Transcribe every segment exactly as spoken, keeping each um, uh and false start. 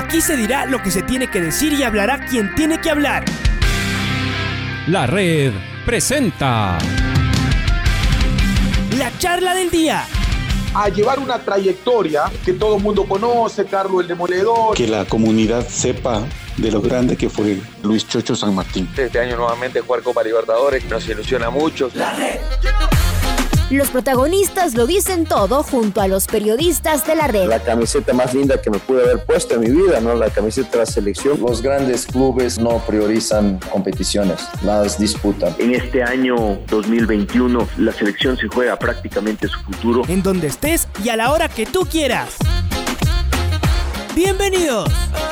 Aquí se dirá lo que se tiene que decir y hablará quien tiene que hablar. La Red presenta La charla del día. A llevar una trayectoria que todo el mundo conoce, Carlos el Demoledor. Que la comunidad sepa de lo grande que fue Luis Chocho San Martín. Este año nuevamente jugar Copa Libertadores nos ilusiona mucho. La Red. Los protagonistas lo dicen todo junto a los periodistas de la Red. La camiseta más linda que me pude haber puesto en mi vida, ¿no? La camiseta de la selección. Los grandes clubes no priorizan competiciones, las disputan. En este año dos mil veintiuno la selección se juega prácticamente su futuro. En donde estés y a la hora que tú quieras. ¡Bienvenidos!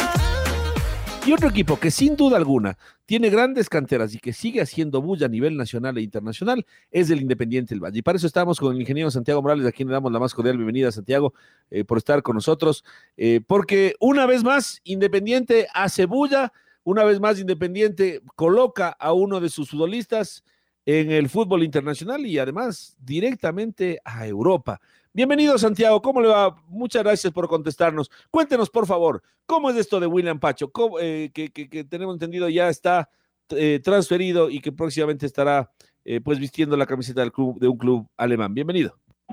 Y otro equipo que sin duda alguna tiene grandes canteras y que sigue haciendo bulla a nivel nacional e internacional es el Independiente del Valle. Y para eso estamos con el ingeniero Santiago Morales, a quien le damos la más cordial bienvenida, Santiago, eh, por estar con nosotros. Eh, porque una vez más, Independiente hace bulla, una vez más Independiente coloca a uno de sus futbolistas en el fútbol internacional y además directamente a Europa. Bienvenido, Santiago, ¿cómo le va? Muchas gracias por contestarnos. Cuéntenos, por favor, ¿cómo es esto de William Pacho? ¿Cómo, eh, que, que, que tenemos entendido ya está eh, transferido y que próximamente estará eh, pues vistiendo la camiseta del club, de un club alemán? Bienvenido.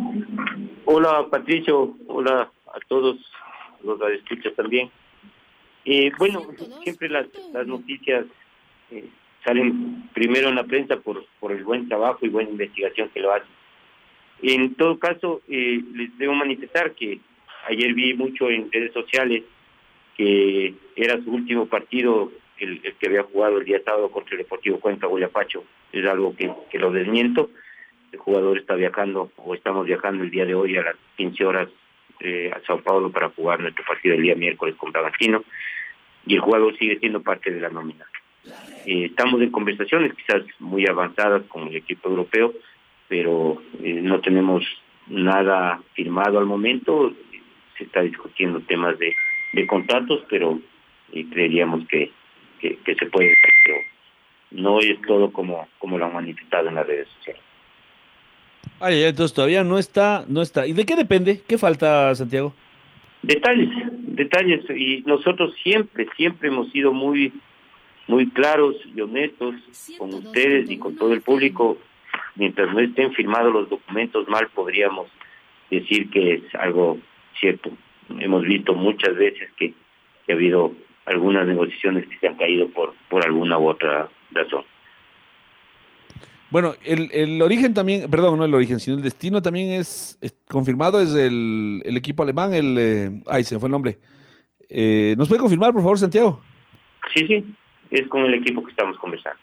Hola, Patricio. Hola a todos los radioescuchas también. Eh, bueno, siempre las, las noticias eh, salen primero en la prensa por, por el buen trabajo y buena investigación que lo hacen. En todo caso, eh, les debo manifestar que ayer vi mucho en redes sociales que era su último partido, el, el que había jugado el día sábado contra el Deportivo Cuenca, William Pacho. Es algo que, que lo desmiento. El jugador está viajando, o estamos viajando el día de hoy a las quince horas eh, a Sao Paulo para jugar nuestro partido el día miércoles con Bragantino, y el jugador sigue siendo parte de la nómina. Eh, estamos en conversaciones quizás muy avanzadas con el equipo europeo, pero eh, no tenemos nada firmado al momento. Se está discutiendo temas de, de contratos, pero eh, creeríamos que, que, que se puede, pero no es todo como, como lo han manifestado en las redes sociales. Ay, entonces todavía no está, no está. ¿Y de qué depende? ¿Qué falta, Santiago? Detalles, detalles, y nosotros siempre, siempre hemos sido muy, muy claros y honestos con ustedes y con todo el público. Mientras no estén firmados los documentos, mal podríamos decir que es algo cierto. Hemos visto muchas veces que, que ha habido algunas negociaciones que se han caído por, por alguna u otra razón. Bueno, el, el origen también, perdón, no el origen, sino el destino también es, es confirmado, es el, el equipo alemán, el, eh, ay, se me fue el nombre. Eh, ¿Nos puede confirmar, por favor, Santiago? Sí, sí, es con el equipo que estamos conversando.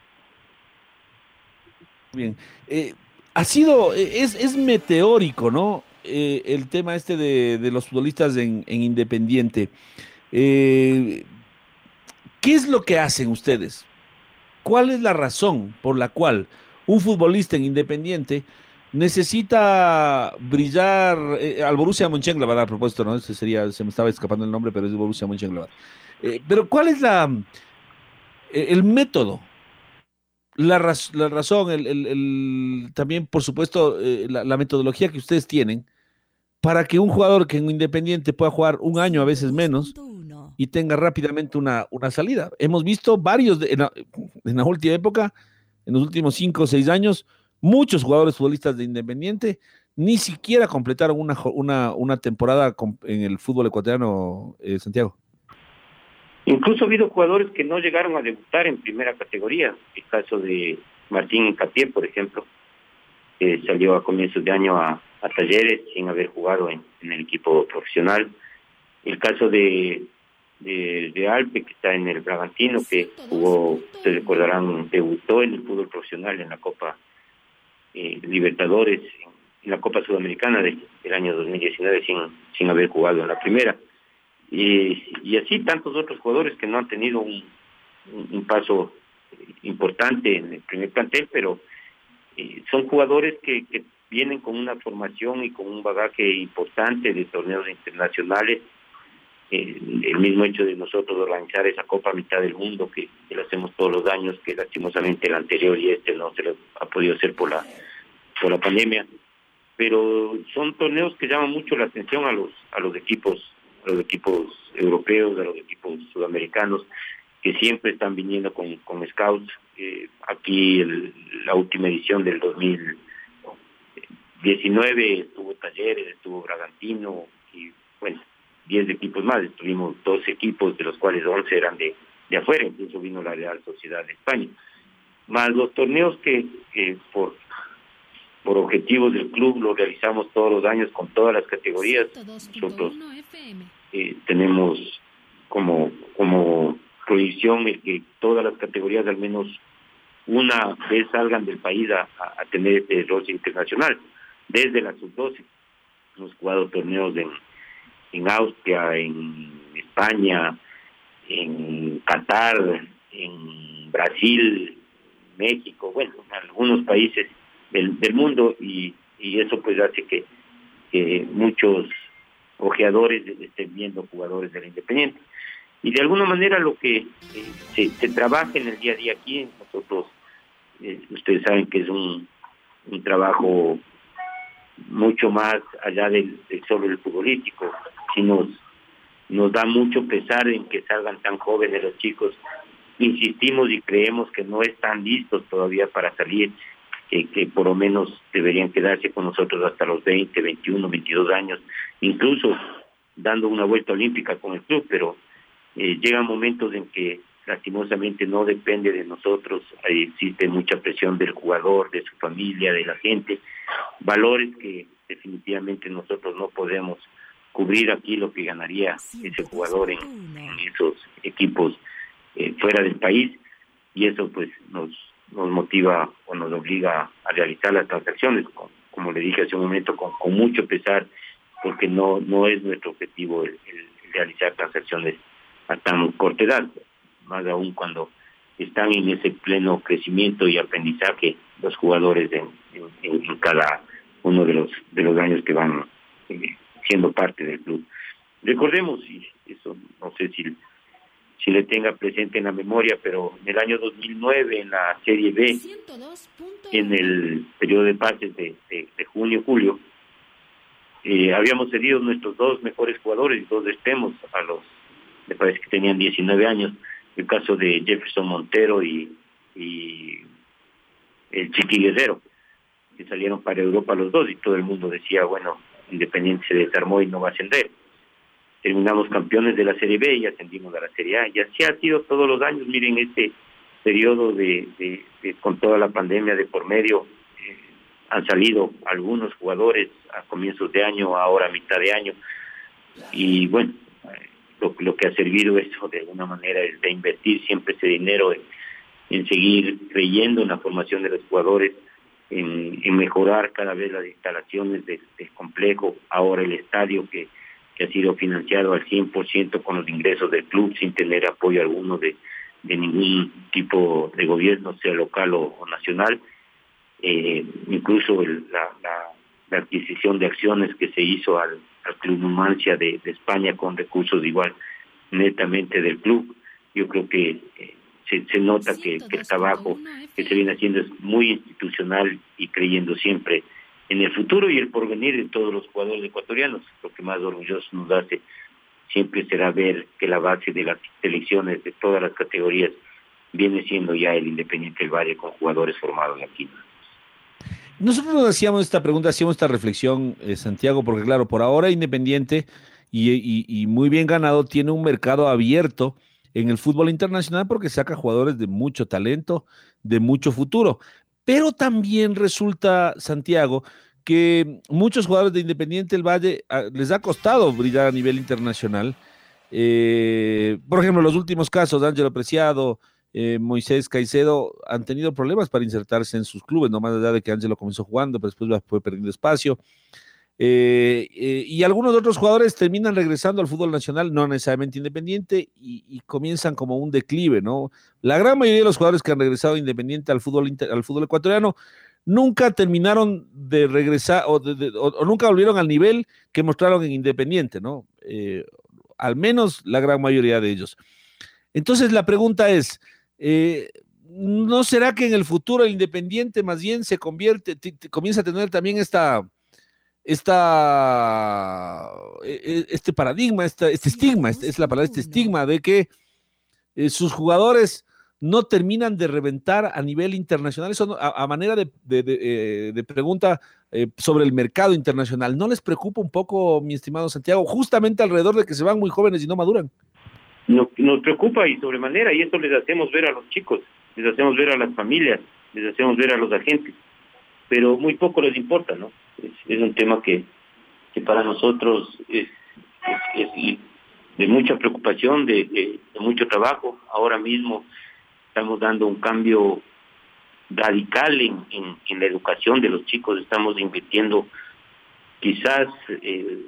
Bien, eh, ha sido, es, es meteórico, ¿no? Eh, el tema este de, de los futbolistas en, en Independiente. Eh, ¿Qué es lo que hacen ustedes? ¿Cuál es la razón por la cual un futbolista en Independiente necesita brillar eh, al Borussia Mönchengladbach, a propósito, ¿no? Ese sería, se me estaba escapando el nombre, pero es el Borussia Mönchengladbach. Eh, pero ¿cuál es la el método? La, raz, la razón, el, el, el, también, por supuesto, eh, la, la metodología que ustedes tienen para que un jugador que en Independiente pueda jugar un año, a veces menos, y tenga rápidamente una, una salida. Hemos visto varios, de, en, la, en la última época, en los últimos cinco o seis años, muchos jugadores futbolistas de Independiente ni siquiera completaron una, una, una temporada en el fútbol ecuatoriano, eh, Santiago. Incluso ha habido jugadores que no llegaron a debutar en primera categoría. El caso de Martín Encapié, por ejemplo, que salió a comienzos de año a, a Talleres sin haber jugado en, en el equipo profesional. El caso de, de, de Alpe, que está en el Bragantino, que jugó, ustedes recordarán, debutó en el fútbol profesional en la Copa eh, Libertadores, en, en la Copa Sudamericana de, del año dos mil diecinueve sin, sin haber jugado en la primera. Y, y así tantos otros jugadores que no han tenido un, un, un paso importante en el primer plantel, pero eh, son jugadores que, que vienen con una formación y con un bagaje importante de torneos internacionales. Eh, el mismo hecho de nosotros organizar esa Copa Mitad del Mundo, que, que lo hacemos todos los años, que lastimosamente el anterior y este no se lo ha podido hacer por la, por la pandemia, pero son torneos que llaman mucho la atención a los, a los equipos a los equipos europeos, a los equipos sudamericanos, que siempre están viniendo con, con scouts. Eh, aquí el, la última edición del dos mil diecinueve estuvo Talleres, estuvo Bragantino y bueno, diez equipos más. Estuvimos dos equipos, de los cuales once eran de, de afuera, incluso vino la Real Sociedad de España. Más los torneos que, que por, por objetivos del club lo realizamos todos los años con todas las categorías. Nosotros eh, tenemos como, como prohibición el que todas las categorías al menos una vez salgan del país a, a tener este roce internacional. Desde la sub doce hemos jugado torneos en, en Austria, en España, en Qatar, en Brasil, México, bueno, en algunos países del, del mundo, y, y eso pues hace que, que muchos ojeadores estén viendo jugadores del Independiente. Y de alguna manera lo que eh, se, se trabaja en el día a día aquí, nosotros, eh, ustedes saben que es un, un trabajo mucho más allá del, del solo el futbolístico, si nos, nos da mucho pesar en que salgan tan jóvenes los chicos. Insistimos y creemos que no están listos todavía para salir, que, que por lo menos deberían quedarse con nosotros hasta los veinte, veintiuno, veintidós años, incluso dando una vuelta olímpica con el club, pero eh, llegan momentos en que lastimosamente no depende de nosotros, eh, existe mucha presión del jugador, de su familia, de la gente, valores que definitivamente nosotros no podemos cubrir aquí lo que ganaría ese jugador en, en esos equipos eh, fuera del país, y eso pues nos nos motiva o nos obliga a realizar las transacciones, con, como le dije hace un momento, con, con mucho pesar, porque no no es nuestro objetivo el, el realizar transacciones a tan corta edad, más aún cuando están en ese pleno crecimiento y aprendizaje los jugadores en, en, en cada uno de los de los años que van eh, siendo parte del club. Recordemos, y eso no sé si si le tenga presente en la memoria, pero en el año dos mil nueve, en la Serie B, en el periodo de pases de, de, de junio-julio, eh, habíamos cedido nuestros dos mejores jugadores, dos extremos, a los, me parece que tenían diecinueve años, el caso de Jefferson Montero y, y el Chiqui Guerrero, que salieron para Europa los dos, y todo el mundo decía, bueno, Independiente se desarmó y no va a ascender. Terminamos campeones de la Serie B y ascendimos a la Serie A, y así ha sido todos los años. Miren, este periodo de, de, de con toda la pandemia de por medio, eh, han salido algunos jugadores a comienzos de año, ahora a mitad de año, y bueno, eh, lo, lo que ha servido eso de alguna manera es de invertir siempre ese dinero en, en seguir creyendo en la formación de los jugadores, en, en mejorar cada vez las instalaciones de, del complejo, ahora el estadio que que ha sido financiado al cien por ciento con los ingresos del club, sin tener apoyo alguno de, de ningún tipo de gobierno, sea local o, o nacional. Eh, incluso el, la, la, la adquisición de acciones que se hizo al, al Club Numancia de, de España con recursos igual netamente del club. Yo creo que eh, se, se nota que, que el trabajo que se viene haciendo es muy institucional y creyendo siempre en el futuro y el porvenir de todos los jugadores ecuatorianos. Lo que más orgulloso nos hace siempre será ver que la base de las selecciones de todas las categorías viene siendo ya el Independiente del Valle, con jugadores formados aquí. Nosotros nos hacíamos esta pregunta, hacíamos esta reflexión, eh, Santiago, porque claro, por ahora Independiente, y, y, y muy bien ganado, tiene un mercado abierto en el fútbol internacional porque saca jugadores de mucho talento, de mucho futuro. Pero también resulta, Santiago, que muchos jugadores de Independiente del Valle a, les ha costado brillar a nivel internacional. Eh, por ejemplo, los últimos casos, Ángelo Preciado, eh, Moisés Caicedo, han tenido problemas para insertarse en sus clubes, no más allá de que Ángelo comenzó jugando, pero después fue perdiendo espacio. Eh, eh, y algunos otros jugadores terminan regresando al fútbol nacional, no necesariamente Independiente, y, y comienzan como un declive, ¿no? La gran mayoría de los jugadores que han regresado Independiente al fútbol, al fútbol ecuatoriano nunca terminaron de regresar o, de, de, o, o nunca volvieron al nivel que mostraron en Independiente, ¿no? Eh, al menos la gran mayoría de ellos. Entonces la pregunta es, eh, ¿no será que en el futuro el Independiente más bien se convierte, t- t- comienza a tener también esta... esta, este paradigma, esta, este estigma, es la palabra, este estigma de que eh, sus jugadores no terminan de reventar a nivel internacional. Eso a, a manera de, de, de, eh, de pregunta eh, sobre el mercado internacional. ¿No les preocupa un poco, mi estimado Santiago, justamente alrededor de que se van muy jóvenes y no maduran? Nos, nos preocupa y sobremanera, y eso les hacemos ver a los chicos, les hacemos ver a las familias, les hacemos ver a los agentes, pero muy poco les importa, ¿no? Es, es un tema que, que para nosotros es, es, es de mucha preocupación, de, de, de mucho trabajo. Ahora mismo estamos dando un cambio radical en, en, en la educación de los chicos, estamos invirtiendo quizás eh,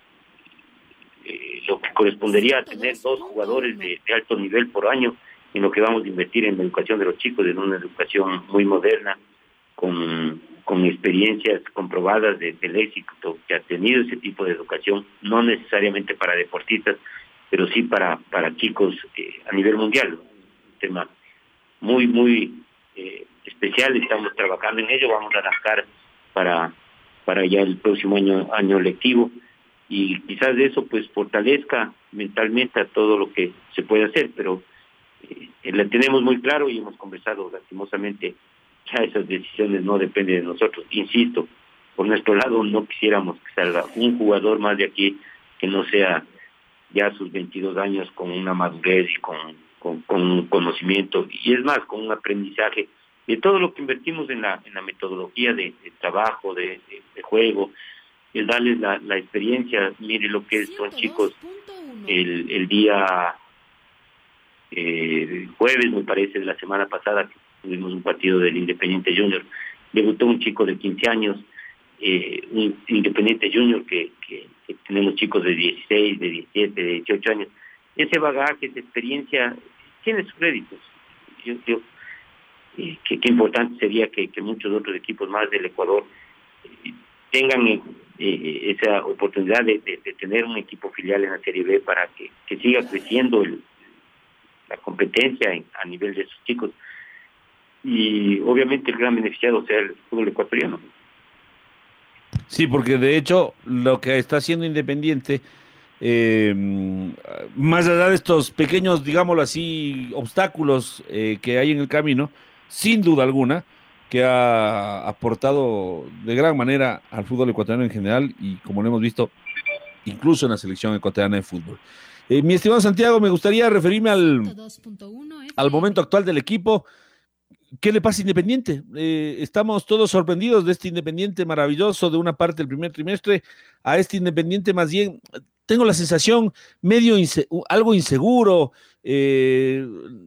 eh, lo que correspondería a tener dos jugadores de, de alto nivel por año en lo que vamos a invertir en la educación de los chicos, en una educación muy moderna, con, con experiencias comprobadas de, del éxito que ha tenido ese tipo de educación, no necesariamente para deportistas, pero sí para, para chicos eh, a nivel mundial. Un tema muy, muy eh, especial, estamos trabajando en ello, vamos a arrancar para, para ya el próximo año, año lectivo, y quizás eso pues fortalezca mentalmente a todo lo que se puede hacer, pero eh, la tenemos muy claro y hemos conversado. Lastimosamente ya esas decisiones no dependen de nosotros. Insisto, por nuestro lado no quisiéramos que salga un jugador más de aquí que no sea ya a sus veintidós años con una madurez y con, con, con un conocimiento, y es más, con un aprendizaje de todo lo que invertimos en la en la metodología de, de trabajo, de, de, de juego, es darles la, la experiencia. Mire lo que son chicos, el, el día eh, jueves, me parece, de la semana pasada, que tuvimos un partido del Independiente Junior, debutó un chico de quince años, eh, un Independiente Junior que, que, que tenemos chicos de dieciséis, de diecisiete, de dieciocho años. Ese bagaje, esa experiencia tiene sus créditos. Yo, yo eh, que, que importante sería que, que muchos otros equipos más del Ecuador eh, tengan eh, eh, esa oportunidad de, de, de tener un equipo filial en la Serie B para que, que siga creciendo el, la competencia en, a nivel de esos chicos, y obviamente el gran beneficiado sea el fútbol ecuatoriano. Sí, porque de hecho lo que está haciendo Independiente, eh, más allá de estos pequeños, digámoslo así, obstáculos eh, que hay en el camino, sin duda alguna, que ha aportado de gran manera al fútbol ecuatoriano en general, y como lo hemos visto, incluso en la selección ecuatoriana de fútbol. Eh, mi estimado Santiago, me gustaría referirme al, al momento actual del equipo. ¿Qué le pasa a Independiente? Eh, estamos todos sorprendidos de este Independiente maravilloso de una parte del primer trimestre a este Independiente más bien, tengo la sensación medio inse algo inseguro, eh,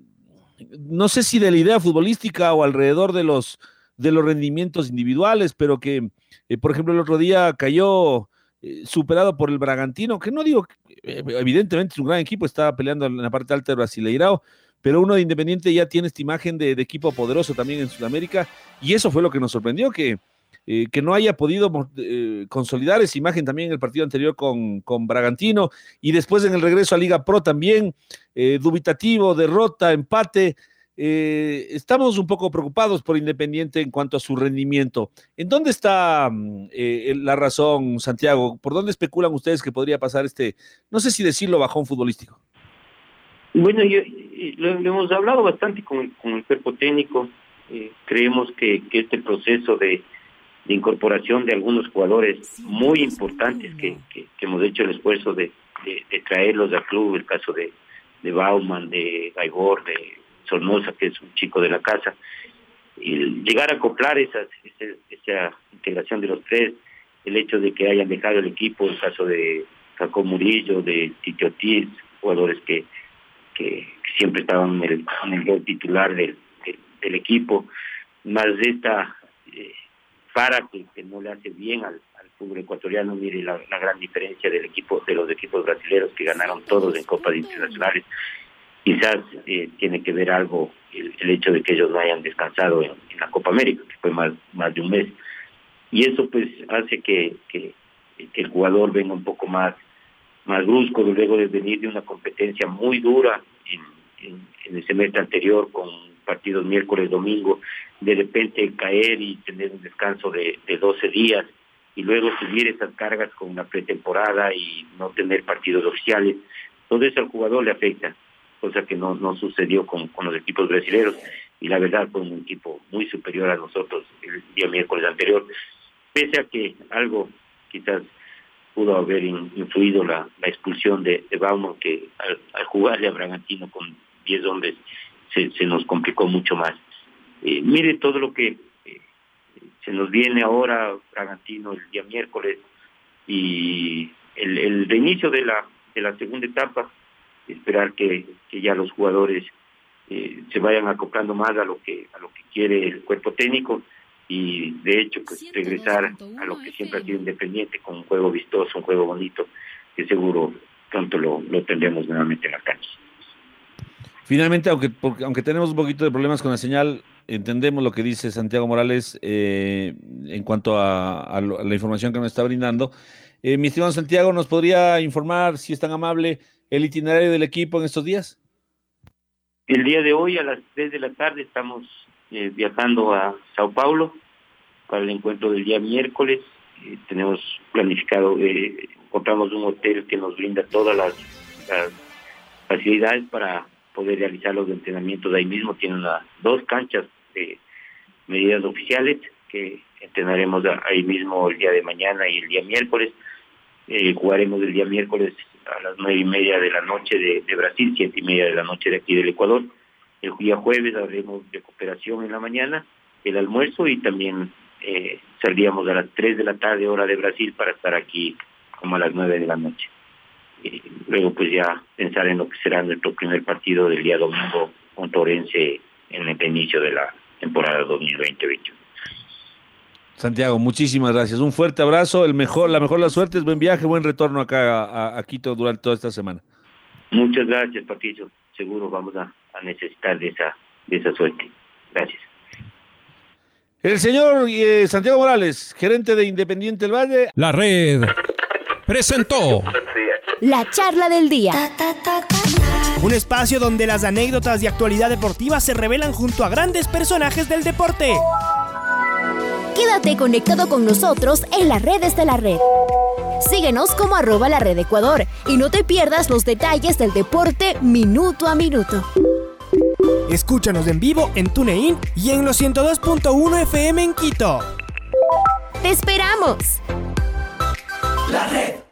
no sé si de la idea futbolística o alrededor de los, de los rendimientos individuales, pero que, eh, por ejemplo, el otro día cayó eh, superado por el Bragantino, que no digo, eh, evidentemente es un gran equipo, estaba peleando en la parte alta del Brasileirao, pero uno de Independiente ya tiene esta imagen de, de equipo poderoso también en Sudamérica, y eso fue lo que nos sorprendió, que, eh, que no haya podido eh, consolidar esa imagen también en el partido anterior con, con Bragantino, y después en el regreso a Liga Pro también, eh, dubitativo, derrota, empate. Eh, estamos un poco preocupados por Independiente en cuanto a su rendimiento. ¿En dónde está eh, la razón, Santiago? ¿Por dónde especulan ustedes que podría pasar este, no sé si decirlo, bajón futbolístico? Bueno, yo, lo, lo hemos hablado bastante con, con el cuerpo técnico. Eh, creemos que, que este proceso de, de incorporación de algunos jugadores muy importantes que, que, que hemos hecho el esfuerzo de, de, de traerlos al club, el caso de, de Bauman, de Gaibor, de Sornosa, que es un chico de la casa, y llegar a acoplar esas, esa, esa integración de los tres, el hecho de que hayan dejado el equipo, el caso de Jacob Murillo, de Titi Ortiz, jugadores que Que, que siempre estaban en el, en el gol titular del, del, del equipo, más de esta eh, Fara que, que no le hace bien al, al fútbol ecuatoriano. Mire la, la gran diferencia del equipo, de los equipos brasileños que ganaron todos en copas internacionales. Quizás eh, tiene que ver algo el, el hecho de que ellos no hayan descansado en, en la Copa América, que fue más, más de un mes, y eso pues hace que, que, que el jugador venga un poco más más brusco luego de venir de una competencia muy dura en, en, en el semestre anterior, con partidos miércoles, domingo, de repente caer y tener un descanso de, de doce días y luego subir esas cargas con la pretemporada y no tener partidos oficiales. Todo eso al jugador le afecta, cosa que no, no sucedió con, con los equipos brasileños, y la verdad fue un equipo muy superior a nosotros el día miércoles anterior, pese a que algo quizás pudo haber influido la, la expulsión de, de Baumann, que al, al jugarle a Bragantino con diez hombres se, se nos complicó mucho más. Eh, mire todo lo que eh, se nos viene ahora, Bragantino el día miércoles, y el, el reinicio de la, de la segunda etapa, esperar que, que ya los jugadores eh, se vayan acoplando más a lo que a lo que quiere el cuerpo técnico, y de hecho pues regresar a lo que siempre ha sido Independiente, con un juego vistoso, un juego bonito, que seguro pronto lo, lo tendremos nuevamente en la cancha. Finalmente, aunque porque, aunque tenemos un poquito de problemas con la señal, entendemos lo que dice Santiago Morales eh, en cuanto a, a, lo, a la información que nos está brindando. Eh, mi estimado Santiago, ¿nos podría informar, si es tan amable, el itinerario del equipo en estos días? El día de hoy a las tres de la tarde estamos eh, viajando a Sao Paulo para el encuentro del día miércoles. Eh, tenemos planificado, eh, encontramos un hotel que nos brinda todas las, las facilidades para poder realizar los entrenamientos ahí mismo. Tienen una, dos canchas de medidas oficiales que entrenaremos ahí mismo el día de mañana y el día miércoles. Eh, jugaremos el día miércoles a las nueve y media de la noche de, de Brasil, siete y media de la noche de aquí del Ecuador. El día jueves haremos recuperación en la mañana, el almuerzo, y también eh, saldríamos a las tres de la tarde hora de Brasil para estar aquí como a las nueve de la noche. Y luego pues ya pensar en lo que será nuestro primer partido del día domingo contra Orense en el inicio de la temporada dos mil veinte veintiuno. Santiago, muchísimas gracias. Un fuerte abrazo, el mejor, la mejor de las suertes, buen viaje, buen retorno acá a, a Quito durante toda esta semana. Muchas gracias, Patricio. Seguro vamos a, a necesitar de esa, de esa suerte. Gracias. El señor eh, Santiago Morales, gerente de Independiente del Valle. La Red presentó la charla del día. Un espacio donde las anécdotas de actualidad deportiva se revelan junto a grandes personajes del deporte. Quédate conectado con nosotros en las redes de la red. Síguenos como arroba la red Ecuador y no te pierdas los detalles del deporte minuto a minuto. Escúchanos en vivo en TuneIn y en los ciento dos punto uno F M en Quito. ¡Te esperamos! La Red.